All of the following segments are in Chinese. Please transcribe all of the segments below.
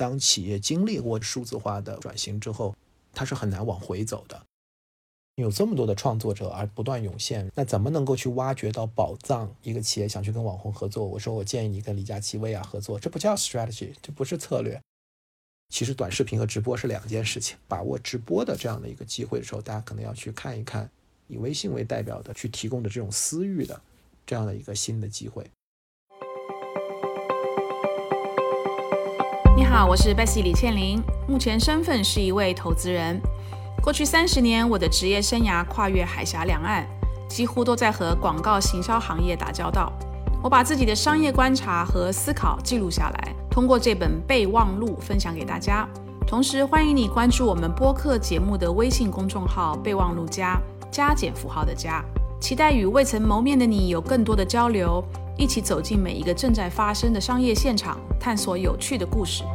当企业经历过数字化的转型之后，它是很难往回走的。有这么多的创作者而不断涌现，那怎么能够去挖掘到宝藏？一个企业想去跟网红合作，我说我建议你跟李佳琦、薇娅合作，这不叫 strategy， 这不是策略。其实短视频和直播是两件事情，把握直播的这样的一个机会的时候，大家可能要去看一看以微信为代表的去提供的这种私域的这样的一个新的机会。 你好，我是 Bessy 李倩玲，目前身份是一位投资人。过去30年，我的职业生涯跨越海峡两岸，几乎都在和广告行销行业打交道。我把自己的商业观察和思考记录下来，通过这本备忘录分享给大家。同时欢迎你关注我们播客节目的微信公众号备忘录加减符号的加，期待与未曾谋面的你有更多的交流，一起走进每一个正在发生的商业现场，探索有趣的故事。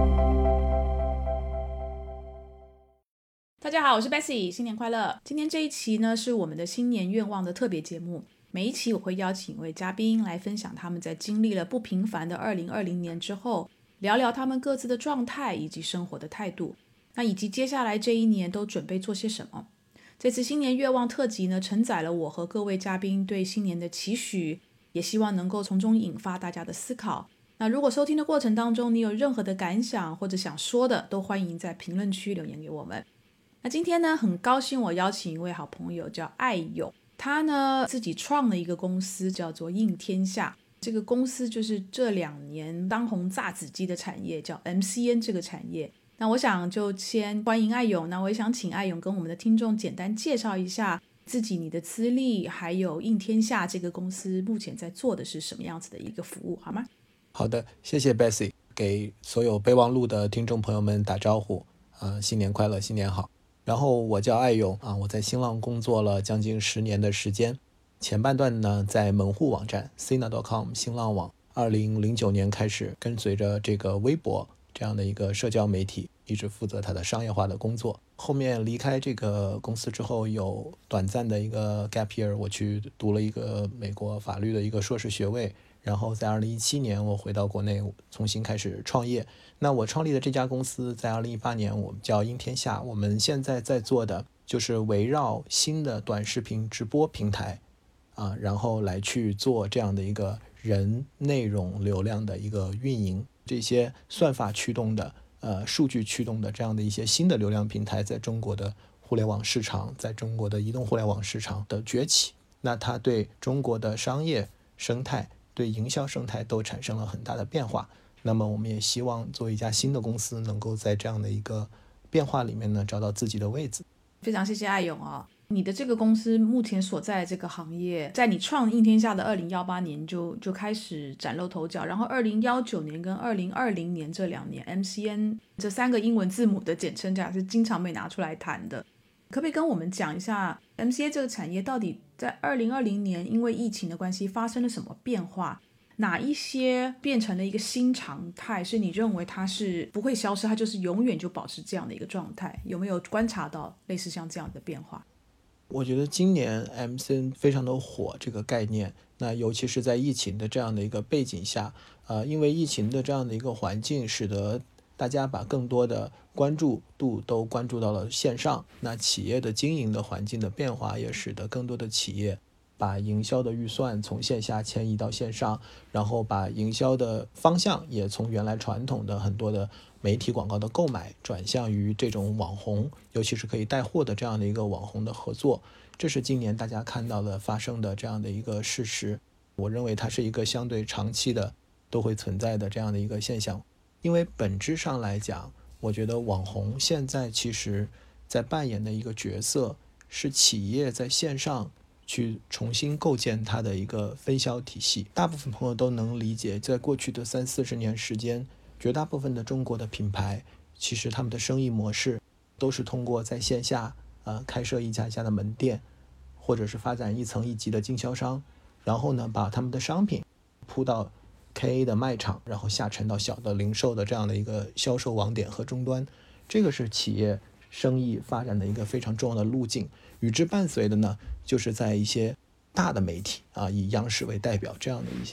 大家好，我是 Bessy， 新年快乐。今天这一期呢是我们的新年愿望的特别节目。每一期我会邀请一位嘉宾来分享他们在经历了不平凡的2020年之后，聊聊他们各自的状态以及生活的态度，那以及接下来这一年都准备做些什么。这次新年愿望特辑呢，承载了我和各位嘉宾对新年的期许，也希望能够从中引发大家的思考。那如果收听的过程当中你有任何的感想或者想说的，都欢迎在评论区留言给我们。那今天呢，很高兴我邀请一位好朋友叫艾勇，他呢自己创了一个公司叫做应天下，这个公司就是这2年当红炸子鸡的产业叫 MCN 这个产业。那我想就先欢迎艾勇，那我也想请艾勇跟我们的听众简单介绍一下自己、你的资历，还有应天下这个公司目前在做的是什么样子的一个服务，好吗？ 好的，谢谢 Bessy， 给所有备忘录的听众朋友们打招呼，新年快乐，新年好。然后我叫艾勇我在新浪工作了将近10年的时间，前半段呢在门户网站 Sina.com 新浪网，2009年开始跟随着这个微博这样的一个社交媒体，一直负责它的商业化的工作。后面离开这个公司之后，有短暂的一个 gap year， 我去读了一个美国法律的一个硕士学位，然后在2017年我回到国内重新开始创业。那我创立的这家公司在2018年我们叫应天下，我们现在在做的就是围绕新的短视频直播平台然后来去做这样的一个人内容流量的一个运营，这些算法驱动的数据驱动的这样的一些新的流量平台在中国的互联网市场，在中国的移动互联网市场的崛起，那它对中国的商业生态对营销生态都产生了很大的变化。那么我们也希望做一家新的公司，能够在这样的一个变化里面呢找到自己的位置。 非常谢谢艾勇你的这个公司目前所在这个行业，在你创应天下的2018年就开始崭露头角，然后2019年跟2020年这2年 MCN 这3个英文字母的简称这样是经常被拿出来谈的。可不可以跟我们讲一下 MCN 这个产业到底在2020年因为疫情的关系发生了什么变化？哪一些变成了一个新常态，是你认为它是不会消失，它就是永远就保持这样的一个状态？有没有观察到类似像这样的变化？ 我觉得今年 MCN 非常的火这个概念，那尤其是在疫情的这样的一个背景下，因为疫情的这样的一个环境，使得大家把更多的关注度都关注到了线上，那企业的经营的环境的变化也使得更多的企业把营销的预算从线下迁移到线上，然后把营销的方向也从原来传统的很多的媒体广告的购买转向于这种网红，尤其是可以带货的这样的一个网红的合作。这是今年大家看到的发生的这样的一个事实，我认为它是一个相对长期的都会存在的这样的一个现象。因为本质上来讲，我觉得网红现在其实在扮演的一个角色是企业在线上去重新构建它的一个分销体系。大部分朋友都能理解，在过去的30-40年时间，绝大部分的中国的品牌其实他们的生意模式都是通过在线下开设一家一家的门店，或者是发展一层一级的经销商，然后呢把他们的商品铺到 KA 的卖场，然后下沉到小的零售的这样的一个销售网点和终端。这个是企业生意发展的一个非常重要的路径。与之伴随的呢，就是在一些大的媒体以央视为代表这样的一些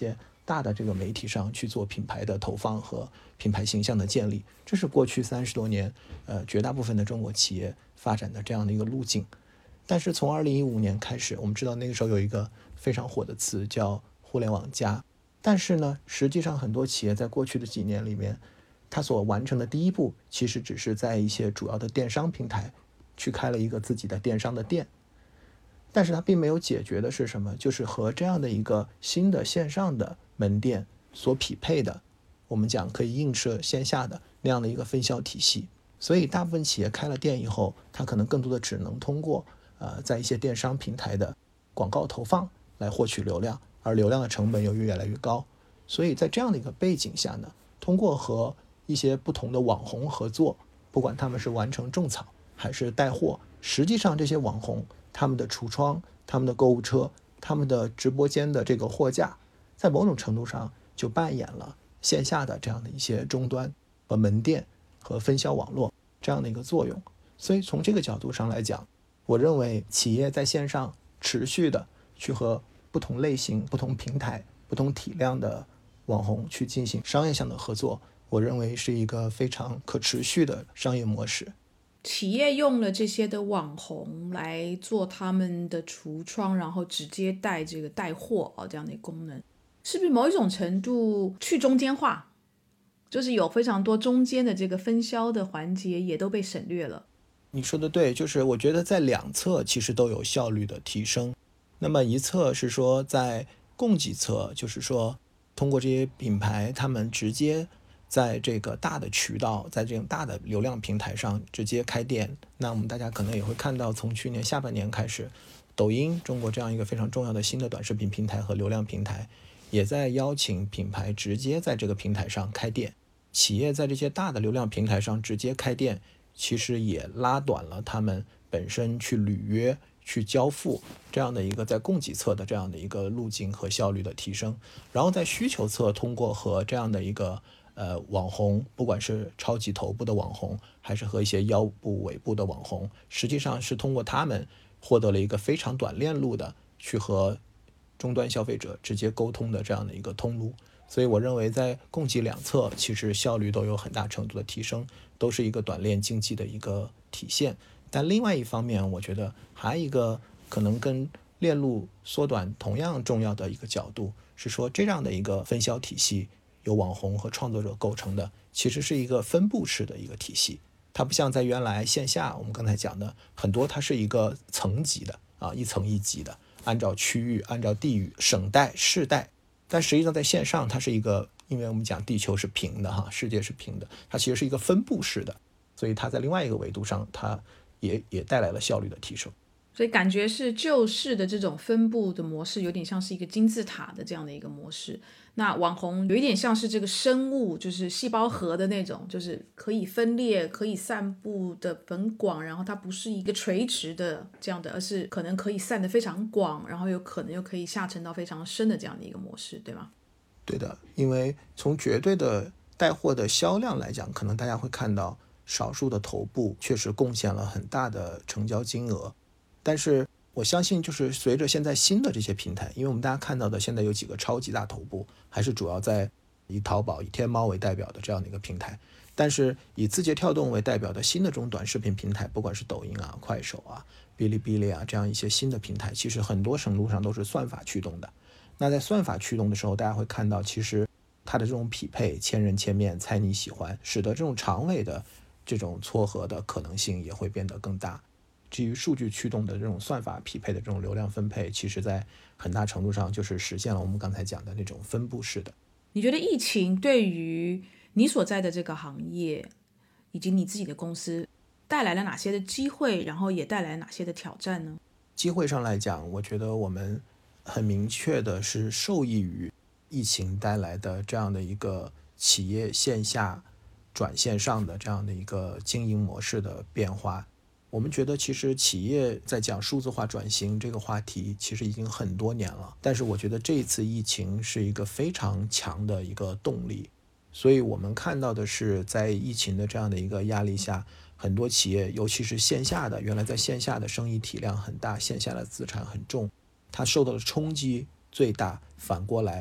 大的这个媒体上去做品牌的投放和品牌形象的建立，这是过去30多年绝大部分的中国企业发展的这样的一个路径。但是从2015年开始，我们知道那个时候有一个非常火的词叫互联网加，但是呢，实际上很多企业在过去的几年里面，它所完成的第一步其实只是在一些主要的电商平台去开了一个自己的电商的店，但是它并没有解决的是什么，就是和这样的一个新的线上的门店所匹配的，我们讲可以映射线下的那样的一个分销体系。所以大部分企业开了店以后，它可能更多的只能通过在一些电商平台的广告投放来获取流量，而流量的成本又越来越高。所以在这样的一个背景下呢，通过和一些不同的网红合作，不管他们是完成种草还是带货，实际上这些网红他们的橱窗、他们的购物车、他们的直播间的这个货架，在某种程度上就扮演了线下的这样的一些终端和门店和分销网络这样的一个作用。所以从这个角度上来讲，我认为企业在线上持续的去和不同类型、不同平台、不同体量的网红去进行商业上的合作，我认为是一个非常可持续的商业模式。 企业用了这些的网红来做他们的橱窗，然后直接带货这样的功能，是不是某一种程度去中间化？就是有非常多中间的这个分销的环节也都被省略了。 你说的对，就是我觉得在两侧其实都有效率的提升。那么一侧是说在供给侧，就是说通过这些品牌他们直接在这个大的渠道，在这种大的流量平台上直接开店。那我们大家可能也会看到，从去年下半年开始，抖音中国这样一个非常重要的新的短视频平台和流量平台，也在邀请品牌直接在这个平台上开店。企业在这些大的流量平台上直接开店，其实也拉短了他们本身去履约、去交付这样的一个在供给侧的这样的一个路径和效率的提升。然后在需求侧，通过和这样的一个网红，不管是超级头部的网红，还是和一些腰部尾部的网红，实际上是通过他们获得了一个非常短链路的去和终端消费者直接沟通的这样的一个通路。所以我认为在供给两侧其实效率都有很大程度的提升，都是一个短链经济的一个体现。但另外一方面，我觉得还有一个可能跟链路缩短同样重要的一个角度，是说这样的一个分销体系由网红和创作者构成的，其实是一个分布式的一个体系。它不像在原来线下我们刚才讲的很多，它是一个层级的一层一级的，按照区域、按照地域、省代、市代。但实际上在线上它是一个，因为我们讲地球是平的世界是平的，它其实是一个分布式的，所以它在另外一个维度上它也带来了效率的提升。 所以感觉是旧式的这种分布的模式有点像是一个金字塔的这样的一个模式，那网红有一点像是这个生物，就是细胞核的那种，就是可以分裂可以散布的很广，然后它不是一个垂直的这样的，而是可能可以散得非常广，然后有可能又可以下沉到非常深的这样的一个模式，对吗？ 对的，因为从绝对的带货的销量来讲，可能大家会看到少数的头部确实贡献了很大的成交金额，但是我相信就是随着现在新的这些平台，因为我们大家看到的现在有几个超级大头部，还是主要在以淘宝、以天猫为代表的这样的一个平台，但是以字节跳动为代表的新的这种短视频平台，不管是抖音快手哔哩哔哩这样一些新的平台，其实很多程度上都是算法驱动的。那在算法驱动的时候，大家会看到其实它的这种匹配、千人千面、猜你喜欢，使得这种长尾的这种撮合的可能性也会变得更大。基于数据驱动的这种算法匹配的这种流量分配，其实在很大程度上就是实现了我们刚才讲的那种分布式的。 你觉得疫情对于你所在的这个行业以及你自己的公司带来了哪些的机会，然后也带来了哪些的挑战呢？ 机会上来讲，我觉得我们很明确的是受益于疫情带来的这样的一个企业线下转线上的这样的一个经营模式的变化。我们觉得其实企业在讲数字化转型这个话题其实已经很多年了，但是我觉得这一次疫情是一个非常强的一个动力。所以我们看到的是在疫情的这样的一个压力下，很多企业尤其是线下的，原来在线下的生意体量很大，线下的资产很重，它受到的冲击最大，反过来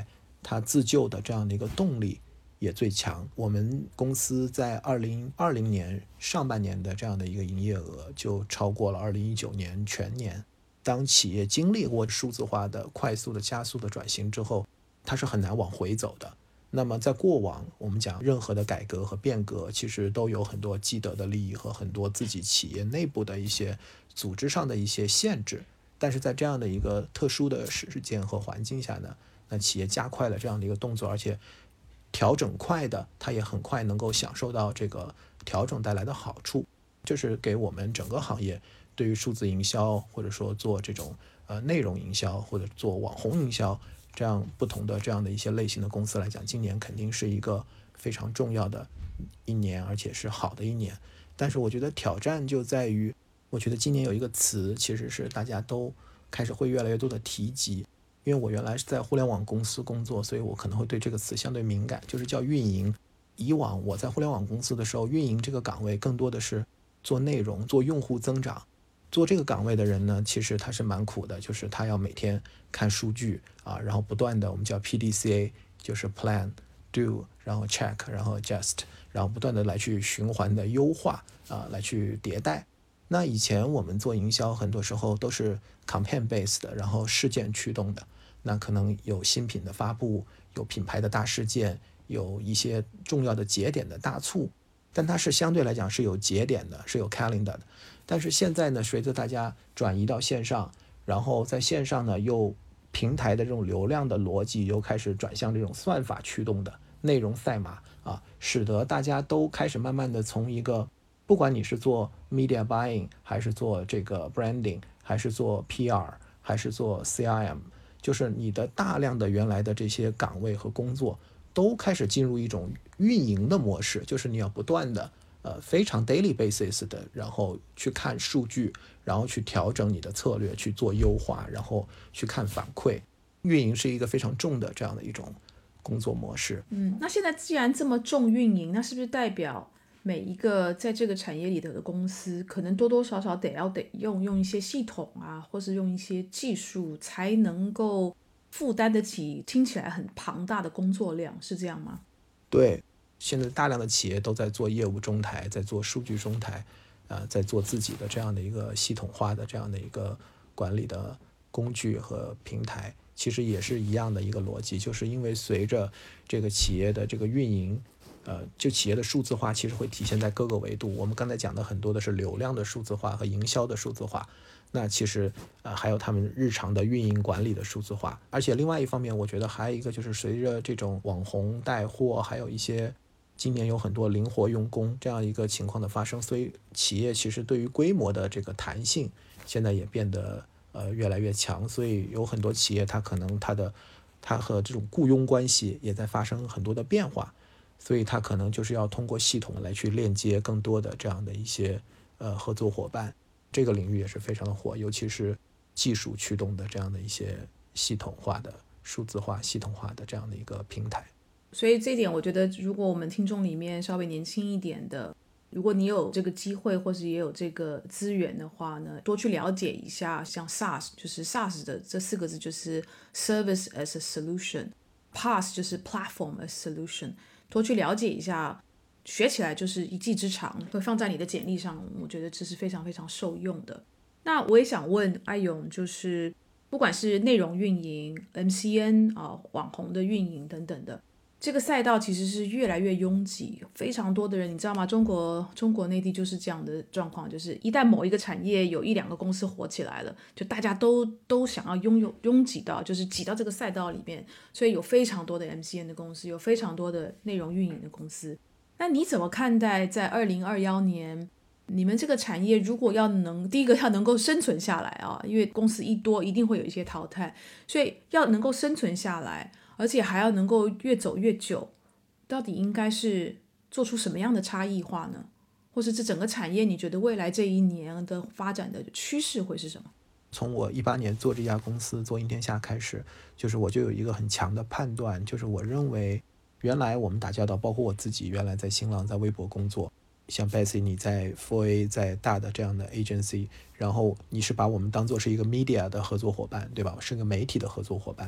他自救的这样的一个动力也最强。我们公司在2020年上半年的这样的一个营业额就超过了2019年全年。当企业经历过数字化的快速的加速的转型之后，它是很难往回走的。那么在过往我们讲任何的改革和变革，其实都有很多既得的利益和很多自己企业内部的一些组织上的一些限制。但是在这样的一个特殊的事件和环境下呢，那企业加快了这样的一个动作，而且调整快的，它也很快能够享受到这个调整带来的好处。这是给我们整个行业对于数字营销，或者说做这种内容营销，或者做网红营销这样不同的这样的一些类型的公司来讲，今年肯定是一个非常重要的一年，而且是好的一年。但是我觉得挑战就在于，我觉得今年有一个词其实是大家都开始会越来越多的提及。因为我原来是在互联网公司工作，所以我可能会对这个词相对敏感，就是叫运营。以往我在互联网公司的时候，运营这个岗位更多的是做内容，做用户增长。做这个岗位的人呢，其实他是蛮苦的，就是他要每天看数据啊，然后不断的我们叫 PDCA， 就是 Plan Do， 然后 Check， 然后 Adjust， 然后不断的来去循环的优化啊，来去迭代。那以前我们做营销很多时候都是 campaign based 的，然后事件驱动的，那可能有新品的发布，有品牌的大事件，有一些重要的节点的大促，但它是相对来讲是有节点的，是有 calendar 的。但是现在呢，随着大家转移到线上，然后在线上呢又平台的这种流量的逻辑又开始转向这种算法驱动的内容赛马啊，使得大家都开始慢慢的从一个，不管你是做 media buying， 还是做这个 branding， 还是做 PR， 还是做 CRM， 就是你的大量的原来的这些岗位和工作都开始进入一种运营的模式，就是你要不断的非常 daily basis 的，然后去看数据，然后去调整你的策略，去做优化，然后去看反馈。运营是一个非常重的这样的一种工作模式。 那现在既然这么重运营，那是不是代表每一个在这个产业里头的公司，可能多多少少得用一些系统啊，或是用一些技术，才能够负担得起听起来很庞大的工作量，是这样吗？ 对，现在大量的企业都在做业务中台，在做数据中台，在做自己的这样的一个系统化的这样的一个管理的工具和平台。其实也是一样的一个逻辑，就是因为随着这个企业的这个运营，就企业的数字化其实会体现在各个维度。我们刚才讲的很多的是流量的数字化和营销的数字化，那其实还有他们日常的运营管理的数字化。而且另外一方面，我觉得还有一个就是随着这种网红带货，还有一些今年有很多灵活用工这样一个情况的发生，所以企业其实对于规模的这个弹性现在也变得越来越强。所以有很多企业它可能它和这种雇佣关系也在发生很多的变化，所以它可能就是要通过系统来去链接更多的这样的一些合作伙伴。这个领域也是非常的火，尤其是技术驱动的这样的一些系统化的数字化系统化的这样的一个平台。 所以这一点我觉得，如果我们听众里面稍微年轻一点的，如果你有这个机会或是也有这个资源的话呢，多去了解一下像 SaaS， 就是 SaaS 的这4个字就是 Service as a Solution， PaaS 就是 Platform as Solution， 多去了解一下，学起来就是一技之长，会放在你的简历上，我觉得这是非常非常受用的。那我也想问阿勇，就是不管是内容运营、MCN 网红的运营等等的，这个赛道其实是越来越拥挤，非常多的人，你知道吗？中国内地就是这样的状况，就是一旦某一个产业有1-2个公司火起来了，就大家都想要拥挤到，就是挤到这个赛道里面，所以有非常多的 MCN 的公司，有非常多的内容运营的公司。那你怎么看待在2021年你们这个产业如果第一个要能够生存下来啊，因为公司一多一定会有一些淘汰，所以要能够生存下来，而且还要能够越走越久，到底应该是做出什么样的差异化呢？或是这整个产业你觉得未来这一年的发展的趋势会是什么？ 从我18年做这家公司做印天下开始，就是我就有一个很强的判断，就是我认为原来我们打交道，包括我自己原来在新浪在微博工作，像 Betsy 你在 4A 在大的这样的 agency， 然后你是把我们当作是一个 media 的合作伙伴，对吧？是个媒体的合作伙伴。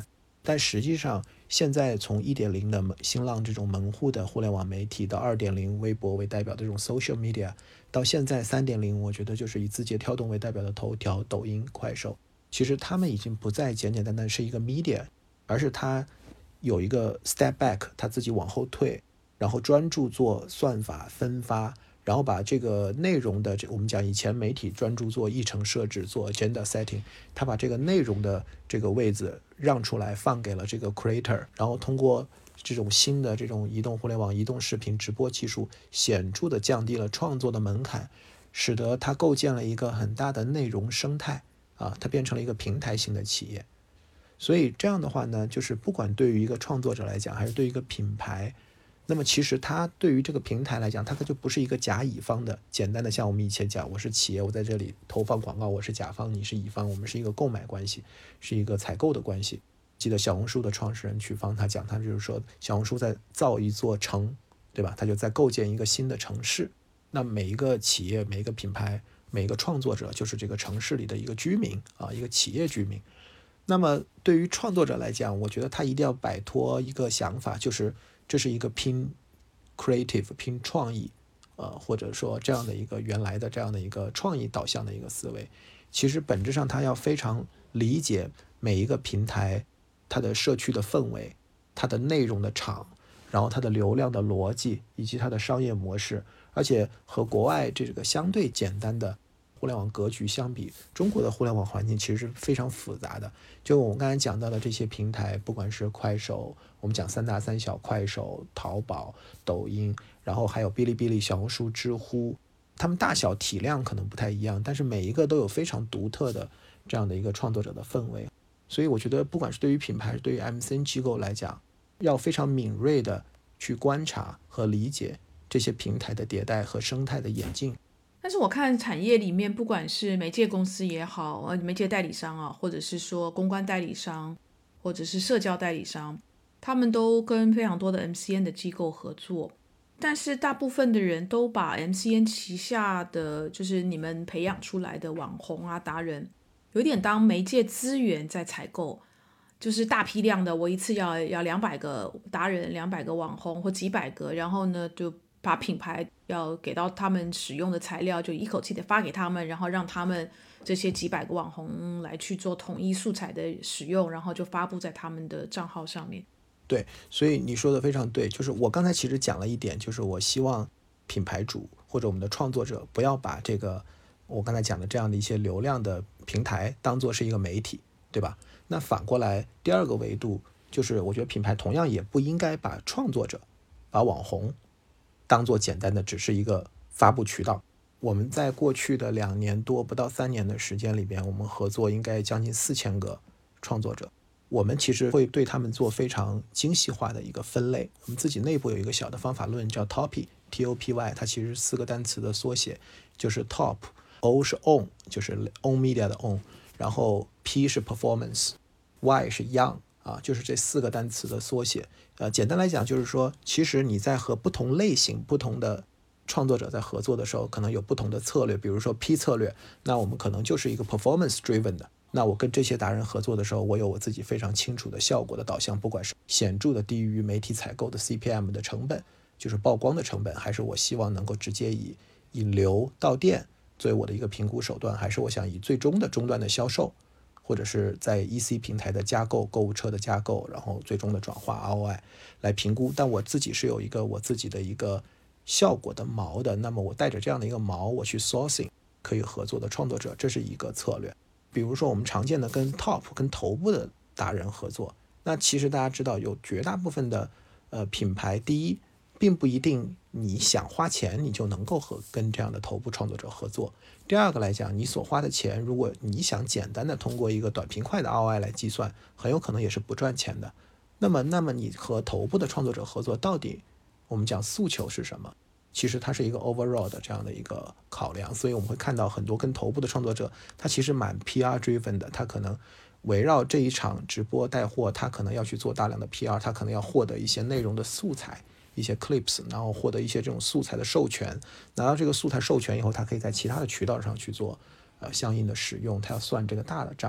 但实际上现在从 1.0 的新浪这种门户的互联网媒体到 2.0 微博为代表的这种 social media， 到现在 3.0 我觉得就是以字节跳动为代表的头条、抖音、快手，其实他们已经不再简简单单是一个 media， 而是它有一个 step back， 它自己往后退，然后专注做算法分发，然后把这个内容的我们讲以前媒体专注做议程设置做 agenda setting， 他把这个内容的这个位置让出来放给了这个 creator， 然后通过这种新的这种移动互联网移动视频直播技术显著的降低了创作的门槛，使得它构建了一个很大的内容生态它变成了一个平台型的企业。所以这样的话呢，就是不管对于一个创作者来讲还是对于一个品牌，那么其实它对于这个平台来讲，它就不是一个甲乙方的简单的，像我们以前讲我是企业，我在这里投放广告，我是甲方你是乙方，我们是一个购买关系，是一个采购的关系。记得小红书的创始人曲芳他讲，他就是说小红书在造一座城，对吧？他就在构建一个新的城市，那每一个企业每一个品牌每一个创作者就是这个城市里的一个居民一个企业居民。那么对于创作者来讲，我觉得他一定要摆脱一个想法，就是这是一个拼 creative 拼创意或者说这样的一个原来的这样的一个创意导向的一个思维。其实本质上他要非常理解每一个平台它的社区的氛围，它的内容的场，然后它的流量的逻辑以及它的商业模式。而且和国外这个相对简单的互联网格局相比，中国的互联网环境其实是非常复杂的。就我们刚才讲到的这些平台，不管是快手，我们讲三大三小，快手、淘宝、抖音，然后还有哔哩哔哩、小红书、知乎，他们大小体量可能不太一样，但是每一个都有非常独特的这样的一个创作者的氛围。所以我觉得不管是对于品牌对于 MCN 机构来讲，要非常敏锐的去观察和理解这些平台的迭代和生态的演进。 但是我看产业里面，不管是媒介公司也好，媒介代理商或者是说公关代理商，或者是社交代理商，他们都跟非常多的 MCN 的机构合作。但是大部分的人都把 MCN 旗下的就是你们培养出来的网红达人，有点当媒介资源在采购，就是大批量的，我一次要200个达人、200个网红或几百个，然后呢就把品牌要给到他们使用的材料就一口气的发给他们，然后让他们这些几百个网红来去做统一素材的使用，然后就发布在他们的账号上面。 对，所以你说的非常对，就是我刚才其实讲了一点，就是我希望品牌主或者我们的创作者不要把这个我刚才讲的这样的一些流量的平台当作是一个媒体，对吧？那反过来第二个维度就是我觉得品牌同样也不应该把创作者把网红当作简单的只是一个发布渠道。我们在过去的2年多不到3年的时间里边，我们合作应该将近4000个创作者，我们其实会对他们做非常精细化的一个分类。我们自己内部有一个小的方法论叫 TOPY TOPY， 它其实是4个单词的缩写，就是 Top O 是 On 就是 On Media 的 On， 然后 P 是 Performance， Y 是 Young就是这4个单词的缩写。简单来讲就是说，其实你在和不同类型不同的创作者在合作的时候，可能有不同的策略。比如说 P 策略，那我们可能就是一个 performance driven 的，那我跟这些达人合作的时候，我有我自己非常清楚的效果的导向，不管是显著的低于媒体采购的 CPM 的成本，就是曝光的成本，还是我希望能够直接以引流到店作为我的一个评估手段，还是我想以最终的终端的销售，或者是在 EC 平台的加购、购物车的加购，然后最终的转化 ROI 来评估。但我自己是有一个我自己的一个效果的锚的，那么我带着这样的一个锚，我去 sourcing 可以合作的创作者，这是一个策略。比如说我们常见的跟 top 跟头部的达人合作，那其实大家知道有绝大部分的品牌，第一并不一定你想花钱你就能够跟这样的头部创作者合作。第二个来讲，你所花的钱，如果你想简单的通过一个短平快的 ROI 来计算，很有可能也是不赚钱的。那么你和头部的创作者合作，到底我们讲诉求是什么？其实它是一个 overall 的这样的一个考量。所以我们会看到很多跟头部的创作者，他其实蛮 PR driven 的，他可能围绕这一场直播带货，他可能要去做大量的 PR， 他可能要获得一些内容的素材，一些 clips， 然后获得一些这种素材的授权，拿到这个素材授权以后，他可以在其他的渠道上去做相应的使用，他要算这个大的账。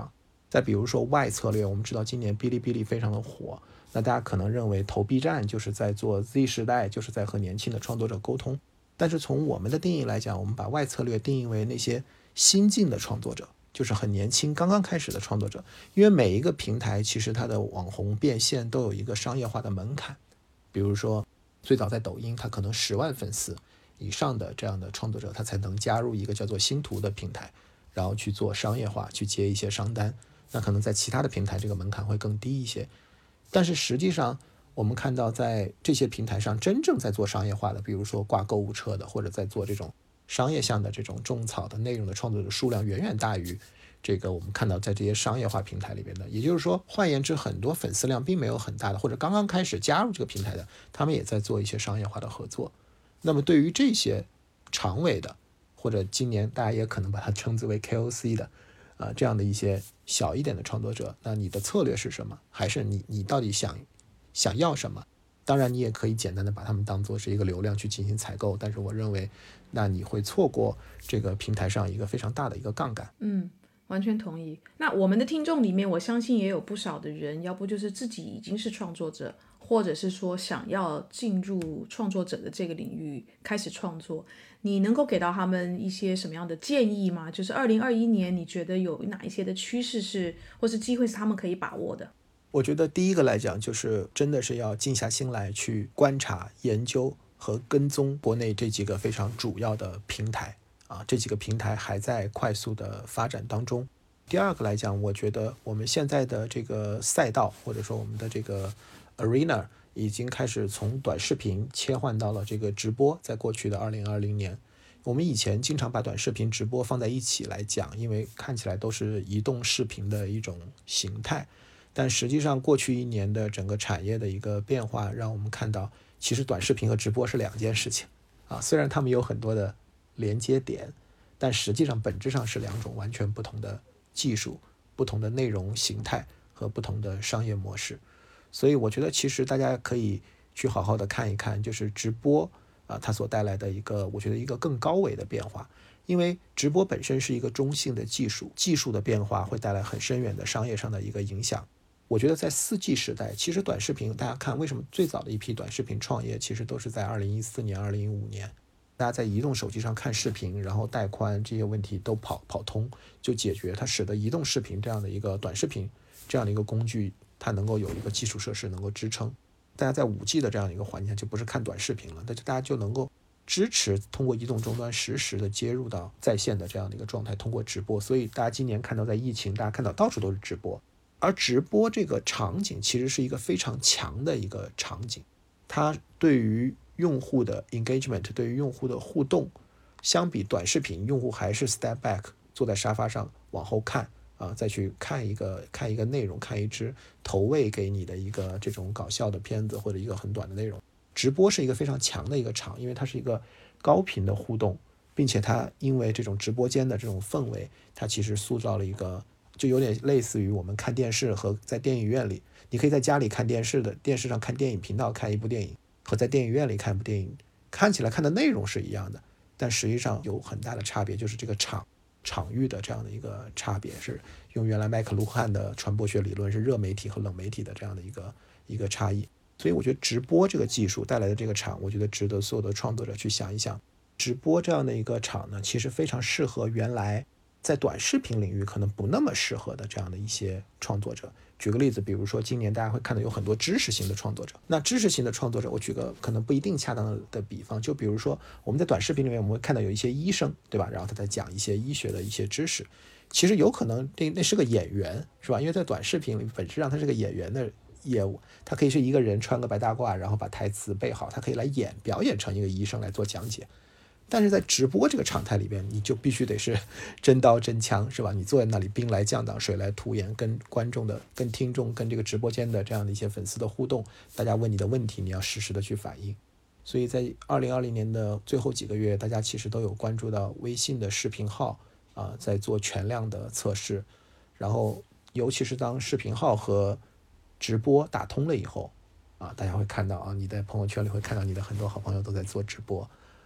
再比如说 Y 策略，我们知道今年哔哩哔哩非常的火，那大家可能认为投 B 站就是在做 Z 时代，就是在和年轻的创作者沟通。但是从我们的定义来讲，我们把 Y 策略定义为那些新进的创作者，就是很年轻刚刚开始的创作者。因为每一个平台其实它的网红变现都有一个商业化的门槛，比如说最早在抖音，它可能10万粉丝以上的这样的创作者，他才能加入一个叫做星图的平台，然后去做商业化，去接一些商单。那可能在其他的平台这个门槛会更低一些，但是实际上我们看到在这些平台上真正在做商业化的，比如说挂购物车的，或者在做这种商业向的这种种草的内容的创作者数量远远大于这个我们看到在这些商业化平台里边的。也就是说，换言之，很多粉丝量并没有很大的，或者刚刚开始加入这个平台的，他们也在做一些商业化的合作。那么对于这些长尾的，或者今年大家也可能把它称之为 KOC 的这样的一些小一点的创作者，那你的策略是什么？还是你到底想要什么？当然你也可以简单的把它们当作是一个流量去进行采购，但是我认为那你会错过这个平台上一个非常大的一个杠杆。 完全同意。那我们的听众里面，我相信也有不少的人，要不就是自己已经是创作者，或者是说想要进入创作者的这个领域开始创作。你能够给到他们一些什么样的建议吗？就是2021年你觉得有哪一些的趋势是或是机会是他们可以把握的？ 我觉得第一个来讲，就是真的是要静下心来去观察、研究和跟踪国内这几个非常主要的平台这几个平台还在快速的发展当中。第二个来讲，我觉得我们现在的这个赛道，或者说我们的这个 arena 已经开始从短视频切换到了这个直播。在过去的2020年，我们以前经常把短视频直播放在一起来讲，因为看起来都是移动视频的一种形态。但实际上过去1年的整个产业的一个变化，让我们看到其实短视频和直播是2件事情虽然他们有很多的连接点，但实际上本质上是2种完全不同的技术、不同的内容形态和不同的商业模式。所以我觉得其实大家可以去好好的看一看，就是直播它所带来的一个，我觉得一个更高维的变化。因为直播本身是一个中性的技术，技术的变化会带来很深远的商业上的一个影响。我觉得在4G 时代，其实短视频大家看为什么最早的一批短视频创业其实都是在2014年、2015年，大家在移动手机上看视频，然后带宽这些问题都跑通就解决，它使得移动视频这样的一个短视频这样的一个工具，它能够有一个基础设施能够支撑。大家在5G 的这样的一个环境下，就不是看短视频了，大家就能够支持通过移动终端实时的接入到在线的这样的一个状态，通过直播。所以大家今年看到在疫情，大家看到到处都是直播。而直播这个场景其实是一个非常强的一个场景，它对于用户的 engagement， 对于用户的互动，相比短视频，用户还是 step back， 坐在沙发上往后看再去看一个内容，看一支投喂给你的一个这种搞笑的片子或者一个很短的内容。直播是一个非常强的一个场，因为它是一个高频的互动，并且它因为这种直播间的这种氛围，它其实塑造了一个就有点类似于我们看电视和在电影院里，你可以在家里看电视的，电视上看电影频道看一部电影，和在电影院里看一部电影，看起来看的内容是一样的，但实际上有很大的差别，就是这个场域的这样的一个差别，是用原来麦克卢汉的传播学理论，是热媒体和冷媒体的这样的一个差异。所以我觉得直播这个技术带来的这个场，我觉得值得所有的创作者去想一想。直播这样的一个场呢，其实非常适合原来在短视频领域可能不那么适合的这样的一些创作者。举个例子，比如说今年大家会看到有很多知识型的创作者，那知识型的创作者，我举个可能不一定恰当的比方，就比如说我们在短视频里面我们会看到有一些医生，对吧？然后他在讲一些医学的一些知识，其实有可能那是个演员，是吧？因为在短视频里本质上他是个演员的业务，他可以是一个人穿个白大褂，然后把台词背好，他可以来表演成一个医生来做讲解。但是在直播这个常态里边，你就必须得是真刀真枪，是吧？你坐在那里兵来将挡，水来土掩，跟观众的、跟听众、跟这个直播间的这样的一些粉丝的互动，大家问你的问题，你要实时的去反应。所以在2020年的最后几个月，大家其实都有关注到微信的视频号在做全量的测试，然后尤其是当视频号和直播打通了以后大家会看到你在朋友圈里会看到你的很多好朋友都在做直播。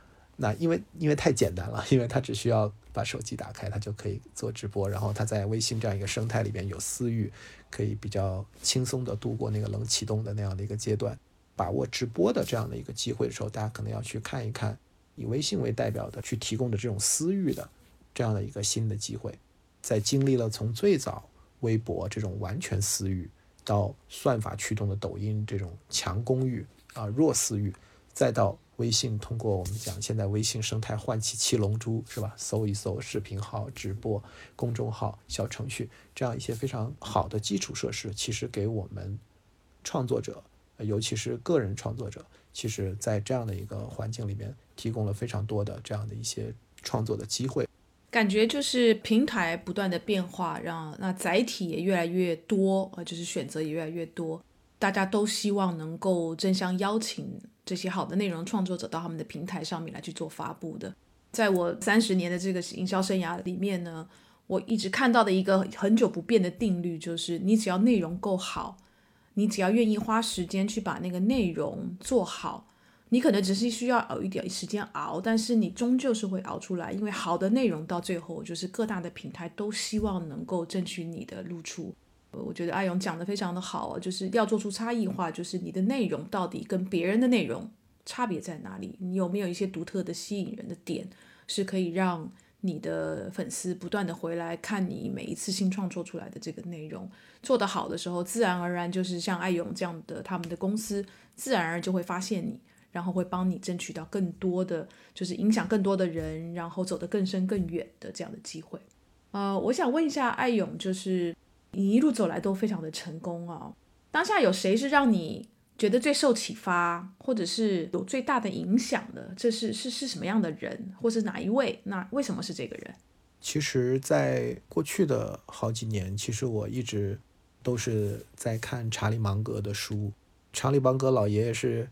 那因为太简单了，因为他只需要把手机打开，他就可以做直播，然后他在微信这样一个生态里边有私域，可以比较轻松的度过那个冷启动的那样的一个阶段。把握直播的这样的一个机会的时候，大家可能要去看一看以微信为代表的去提供的这种私域的这样的一个新的机会。在经历了从最早微博这种完全私域，到算法驱动的抖音这种强公域弱私域，再到微信通过我们讲现在微信生态唤起七龙珠，是吧？搜一搜视频号、直播、公众号、小程序，这样一些非常好的基础设施，其实给我们创作者，尤其是个人创作者，其实在这样的一个环境里面提供了非常多的这样的一些创作的机会。 感觉就是平台不断的变化，让那载体也越来越多，就是选择也越来越多，大家都希望能够争相邀请这些好的内容创作者到他们的平台上面来去做发布的。在我30年的这个营销生涯里面呢，我一直看到的一个很久不变的定律，就是你只要内容够好，你只要愿意花时间去把那个内容做好，你可能只是需要熬一点时间熬，但是你终究是会熬出来，因为好的内容到最后就是各大的平台都希望能够争取你的露出。我觉得阿勇讲得非常的好，就是要做出差异化，就是你的内容到底跟别人的内容差别在哪里，你有没有一些独特的吸引人的点，是可以让你的粉丝不断的回来看你每一次新创作出来的这个内容。做得好的时候，自然而然就是像爱勇这样的他们的公司自然而然就会发现你，然后会帮你争取到更多的，就是影响更多的人，然后走得更深更远的这样的机会。我想问一下爱勇，就是你一路走来都非常的成功啊，当下有谁是让你觉得最受启发，或者是有最大的影响的？这是什么样的人，或是哪一位？那为什么是这个人？ 其实在过去的好几年，其实我一直都是在看查理芒格的书。查理芒格老爷爷是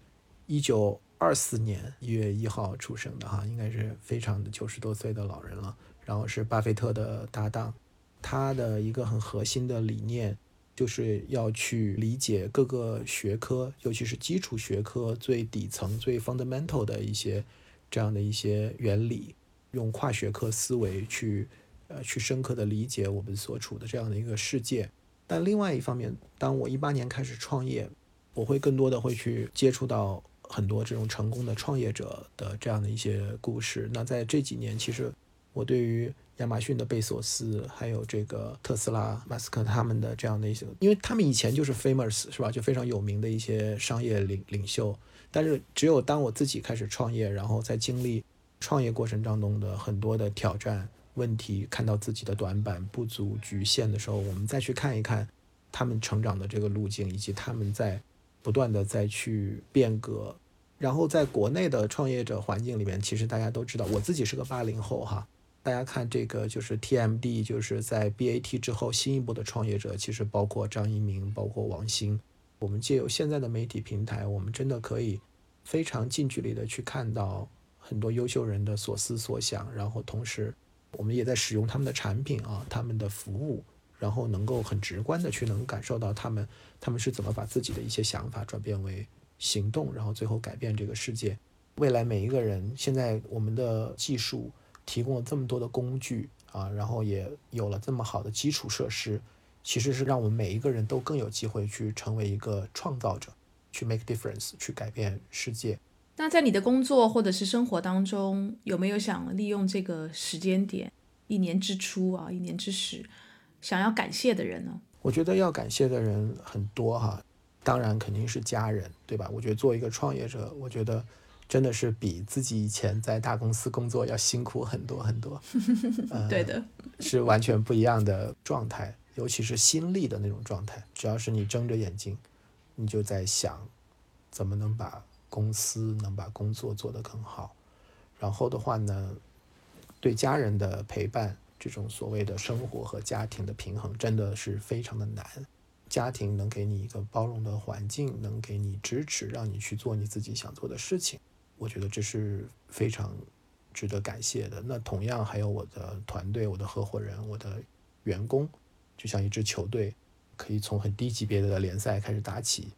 1924年1月1号出生的哈，应该是非常的90多岁的老人了，然后是巴菲特的搭档。他的一个很核心的理念就是要去理解各个学科，尤其是基础学科最底层最 fundamental 的一些这样的一些原理，用跨学科思维去深刻的理解我们所处的这样的一个世界。但另外一方面，当我18年开始创业，我会更多的会去接触到很多这种成功的创业者的这样的一些故事。那在这几年，其实我对于亚马逊的贝索斯，还有这个特斯拉马斯克他们的这样的一些，因为他们以前就是 famous 是吧，就非常有名的一些商业领袖。但是只有当我自己开始创业，然后在经历创业过程当中的很多的挑战问题，看到自己的短板不足局限的时候，我们再去看一看他们成长的这个路径，以及他们在不断的再去变革。然后在国内的创业者环境里面，其实大家都知道，我自己是个80后哈，大家看这个就是 TMD， 就是在 BAT 之后新一波的创业者，其实包括张一鸣，包括王兴。我们借由现在的媒体平台，我们真的可以非常近距离的去看到很多优秀人的所思所想，然后同时我们也在使用他们的产品他们的服务，然后能够很直观的去能感受到他们是怎么把自己的一些想法转变为行动，然后最后改变这个世界。未来每一个人，现在我们的技术提供了这么多的工具然后也有了这么好的基础设施，其实是让我们每一个人都更有机会去成为一个创造者，去 make difference， 去改变世界。 那在你的工作或者是生活当中，有没有想利用这个时间点，一年之初一年之始，想要感谢的人呢？ 我觉得要感谢的人很多哈，当然肯定是家人，对吧？我觉得做一个创业者，我觉得真的是比自己以前在大公司工作要辛苦很多很多对的， 是完全不一样的状态，尤其是心力的那种状态。只要是你睁着眼睛，你就在想怎么能把公司能把工作做得更好。然后的话呢，对家人的陪伴，这种所谓的生活和家庭的平衡真的是非常的难。家庭能给你一个包容的环境，能给你支持，让你去做你自己想做的事情，我觉得这是非常值得感谢的。那同样还有我的团队，我的合伙人，我的员工，就像一支球队可以从很低级别的联赛开始打起，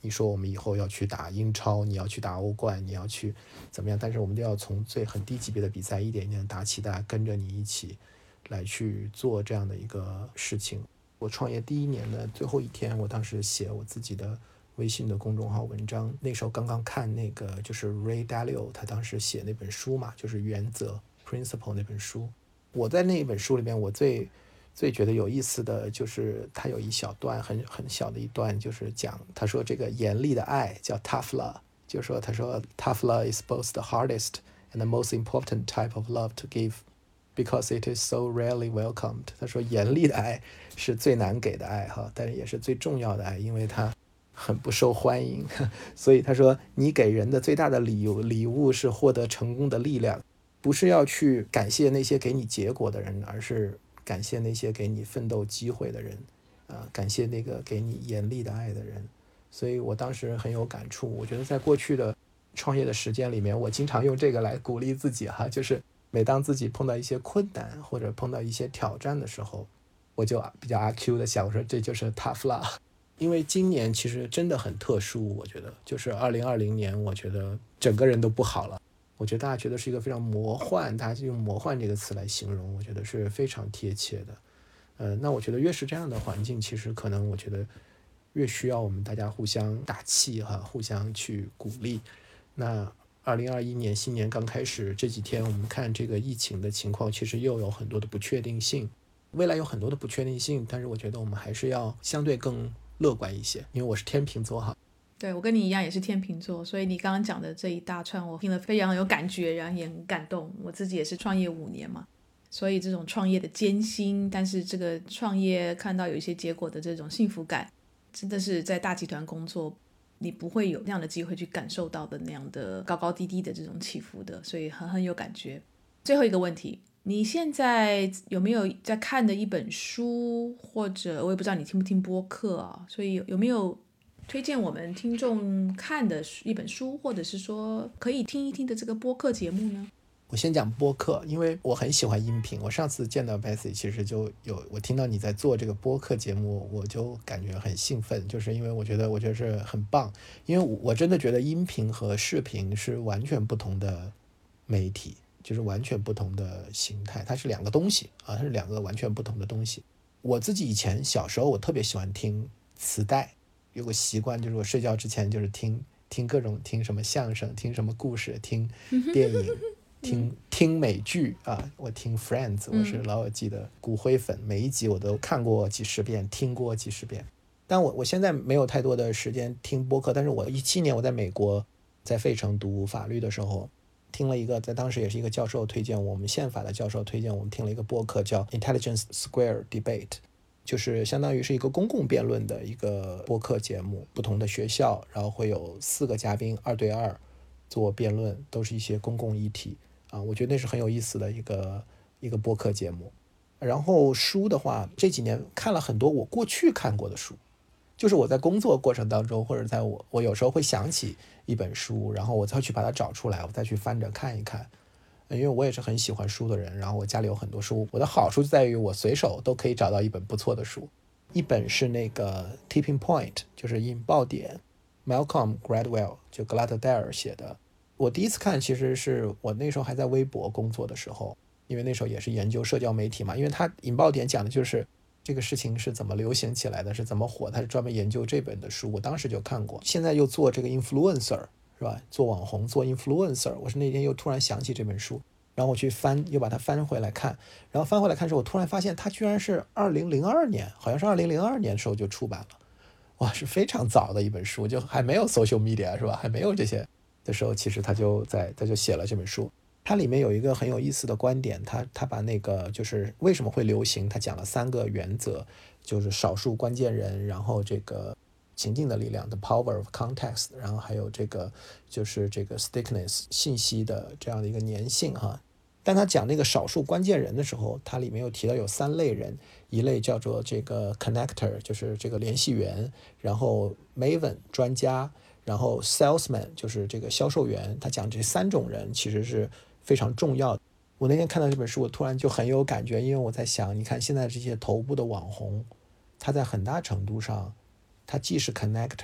你说我们以后要去打英超，你要去打欧冠，你要去怎么样，但是我们都要从很低级别的比赛一点一点打起，大家跟着你一起来去做这样的一个事情。我创业第1年的最后一天，我当时写我自己的微信的公众号文章，那时候刚刚看那个就是 Ray Dalio 他当时写那本书嘛，就是原则 Principle 那本书。我在那本书里面，我最觉得有意思的就是他有一小段很小的一段，就是讲他说这个严厉的爱叫 tough love， 就是说他说 tough love is both the hardest and the most important type of love to give because it is so rarely welcomed。 他说严厉的爱是最难给的爱哈，但是也是最重要的爱，因为它很不受欢迎。所以他说你给人的最大的礼物是获得成功的力量，不是要去感谢那些给你结果的人，而是感谢那些给你奋斗机会的人，感谢那个给你严厉的爱的人。所以我当时很有感触，我觉得在过去的创业的时间里面，我经常用这个来鼓励自己哈，就是每当自己碰到一些困难或者碰到一些挑战的时候，我就比较阿 Q 的想，我说这就是 tough love。 因为今年其实真的很特殊，我觉得就是2020年，我觉得整个人都不好了，我觉得大家觉得是一个非常魔幻，大家就用魔幻这个词来形容，我觉得是非常贴切的。那我觉得越是这样的环境，其实可能我觉得越需要我们大家互相打气哈，互相去鼓励。那2021年新年刚开始这几天，我们看这个疫情的情况，其实又有很多的不确定性，未来有很多的不确定性，但是我觉得我们还是要相对更乐观一些，因为我是天秤座哈。 对，我跟你一样也是天秤座，所以你刚刚讲的这一大串我听了非常有感觉，然后也很感动。我自己也是创业5年嘛，所以这种创业的艰辛，但是这个创业看到有一些结果的这种幸福感，真的是在大集团工作你不会有那样的机会去感受到的那样的高高低低的这种起伏的，所以很有感觉。最后一个问题，你现在有没有在看的一本书，或者我也不知道你听不听播客啊，所以有没有推荐我们听众看的一本书，或者是说可以听一听的这个播客节目呢？ 我先讲播客，因为我很喜欢音频。我上次见到 Betsy， 其实就我听到你在做这个播客节目，我就感觉很兴奋，就是因为我觉得是很棒，因为我真的觉得音频和视频是完全不同的媒体，就是完全不同的形态，它是两个东西啊，它是两个完全不同的东西。我自己以前小时候我特别喜欢听磁带，有个习惯就是我睡觉之前就是听各种，听什么相声，听什么故事，听电影听美剧啊，我听 Friends， 我是老友记的骨灰粉，每一集我都看过几十遍，听过几十遍。但我现在没有太多的时间听播客，但是我17年我在美国在费城读法律的时候，听了一个，在当时也是一个教授推荐，我们宪法的教授推荐我们听了一个播客叫 Intelligence Square Debate， 就是相当于是一个公共辩论的一个播客节目，不同的学校，然后会有4个嘉宾2对2做辩论，都是一些公共议题啊，我觉得那是很有意思的一个播客节目。然后书的话，这几年看了很多我过去看过的书，就是我在工作过程当中，或者在我有时候会想起一本书，然后我再去把它找出来，我再去翻着看一看。因为我也是很喜欢书的人，然后我家里有很多书，我的好处就在于我随手都可以找到一本不错的书。一本是那个 Tipping Point， 就是引爆点， Malcolm Gladwell 就格拉德戴尔写的。我第一次看其实是我那时候还在微博工作的时候，因为那时候也是研究社交媒体嘛，因为它引爆点讲的就是这个事情是怎么流行起来的，是怎么火，他是专门研究这本的书，我当时就看过。现在又做这个 influencer 是吧，做网红，做 influencer， 我是那天又突然想起这本书，然后我去翻，又把它翻回来看，然后翻回来看的时候，我突然发现它居然是2002年，好像是2002年的时候就出版了，哇，是非常早的一本书，就还没有 social media 是吧，还没有这些的时候，其实他就写了这本书。它里面有一个很有意思的观点，他把那个就是为什么会流行，他讲了3个原则，就是少数关键人，然后这个情境的力量 the power of context， 然后还有这个就是这个 stickiness 信息的这样的一个粘性哈。但他讲那个少数关键人的时候，它里面又提到有3类人，一类叫做这个 connector， 就是这个联系员，然后 maven 专家，然后 salesman 就是这个销售员。他讲这3种人其实是非常重要的。我那天看到这本书，我突然就很有感觉，因为我在想，你看现在这些头部的网红，他在很大程度上他既是 connector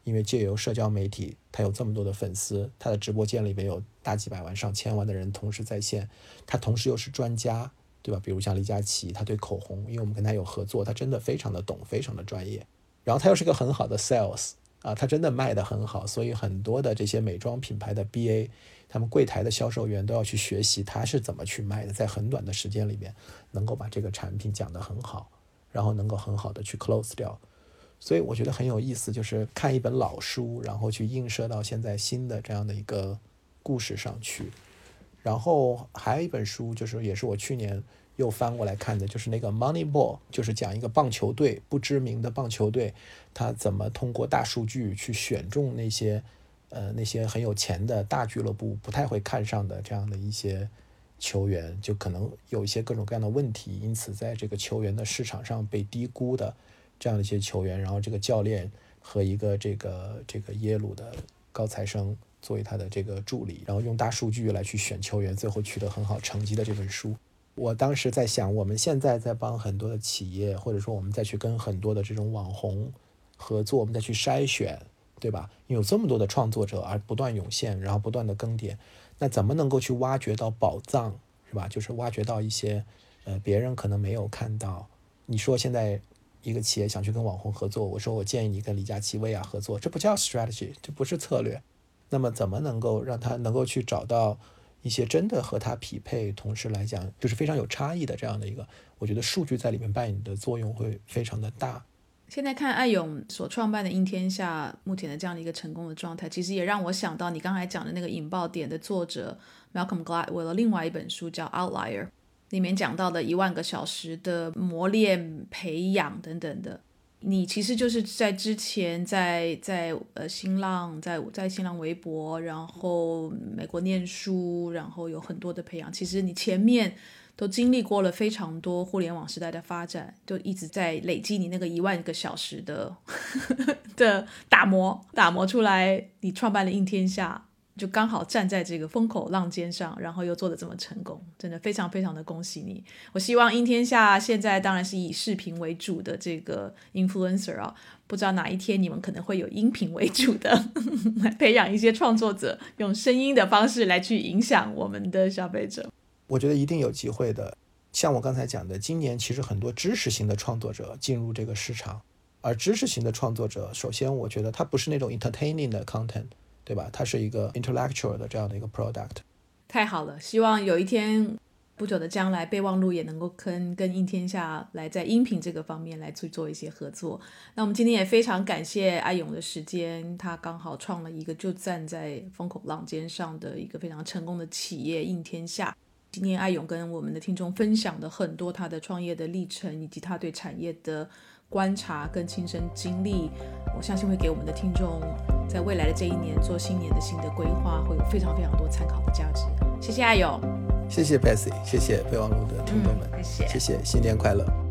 因为借由社交媒体，他有这么多的粉丝，他的直播间里面有大几百万上千万的人同时在线，他同时又是专家，对吧？比如像李佳琦，他对口红，因为我们跟他有合作，他真的非常的懂，非常的专业，然后他又是个很好的 sales 啊，他真的卖得很好，所以很多的这些美妆品牌的 BA， 他们柜台的销售员都要去学习他是怎么去卖的，在很短的时间里面能够把这个产品讲得很好，然后能够很好的去 close 掉。所以我觉得很有意思，就是看一本老书，然后去映射到现在新的这样的一个故事上去。然后还有一本书，就是也是我去年又翻过来看的，就是那个 Moneyball， 就是讲一个棒球队，不知名的棒球队，他怎么通过大数据去选中那些很有钱的大俱乐部不太会看上的这样的一些球员，就可能有一些各种各样的问题，因此在这个球员的市场上被低估的这样的一些球员，然后这个教练和一个这个耶鲁的高材生作为他的这个助理，然后用大数据来去选球员，最后取得很好成绩的这本书。我当时在想，我们现在在帮很多的企业，或者说我们再去跟很多的这种网红合作，我们再去筛选，对吧？有这么多的创作者而不断涌现，然后不断的更迭，那怎么能够去挖掘到宝藏，是吧？就是挖掘到一些别人可能没有看到。你说现在一个企业想去跟网红合作，我说我建议你跟李佳琦、薇娅合作，这不叫 strategy， 这不是策略。那么怎么能够让他能够去找到一些真的和他匹配，同时来讲就是非常有差异的这样的一个，我觉得数据在里面扮演的作用会非常的大。 现在看艾勇所创办的应天下目前的这样的一个成功的状态，其实也让我想到你刚才讲的那个引爆点的作者 Malcolm Gladwell 的另外一本书叫 Outlier， 里面讲到的10000个小时的磨练培养等等的。你其实就是在之前在新浪在新浪微博，然后美国念书，然后有很多的培养，其实你前面都经历过了非常多互联网时代的发展，就一直在累积你那个10000个小时的的打磨出来，你创办了应天下，就刚好站在这个风口浪尖上，然后又做得这么成功，真的非常非常的恭喜你。我希望应天下现在当然是以视频为主的这个 influencer 啊，不知道哪一天你们可能会有音频为主的来培养一些创作者，用声音的方式来去影响我们的消费者。 我觉得一定有机会的。像我刚才讲的，今年其实很多知识型的创作者进入这个市场，而知识型的创作者，首先我觉得它不是那种 entertaining 的 content，对吧？它是一个 intellectual 的这样的一个 product。 太好了，希望有一天不久的将来备忘录也能够跟应天下来在音频这个方面来去做一些合作。那我们今天也非常感谢艾勇的时间，他刚好创了一个就站在风口浪尖上的一个非常成功的企业应天下。今天艾勇跟我们的听众分享了很多他的创业的历程，以及他对产业的观察跟亲身经历，我相信会给我们的听众在未来的这一年做新年的新的规划，会有非常非常多参考的价值。谢谢艾勇， 谢谢 Betsy， 谢谢备忘录的听众们， 谢谢， 新年快乐。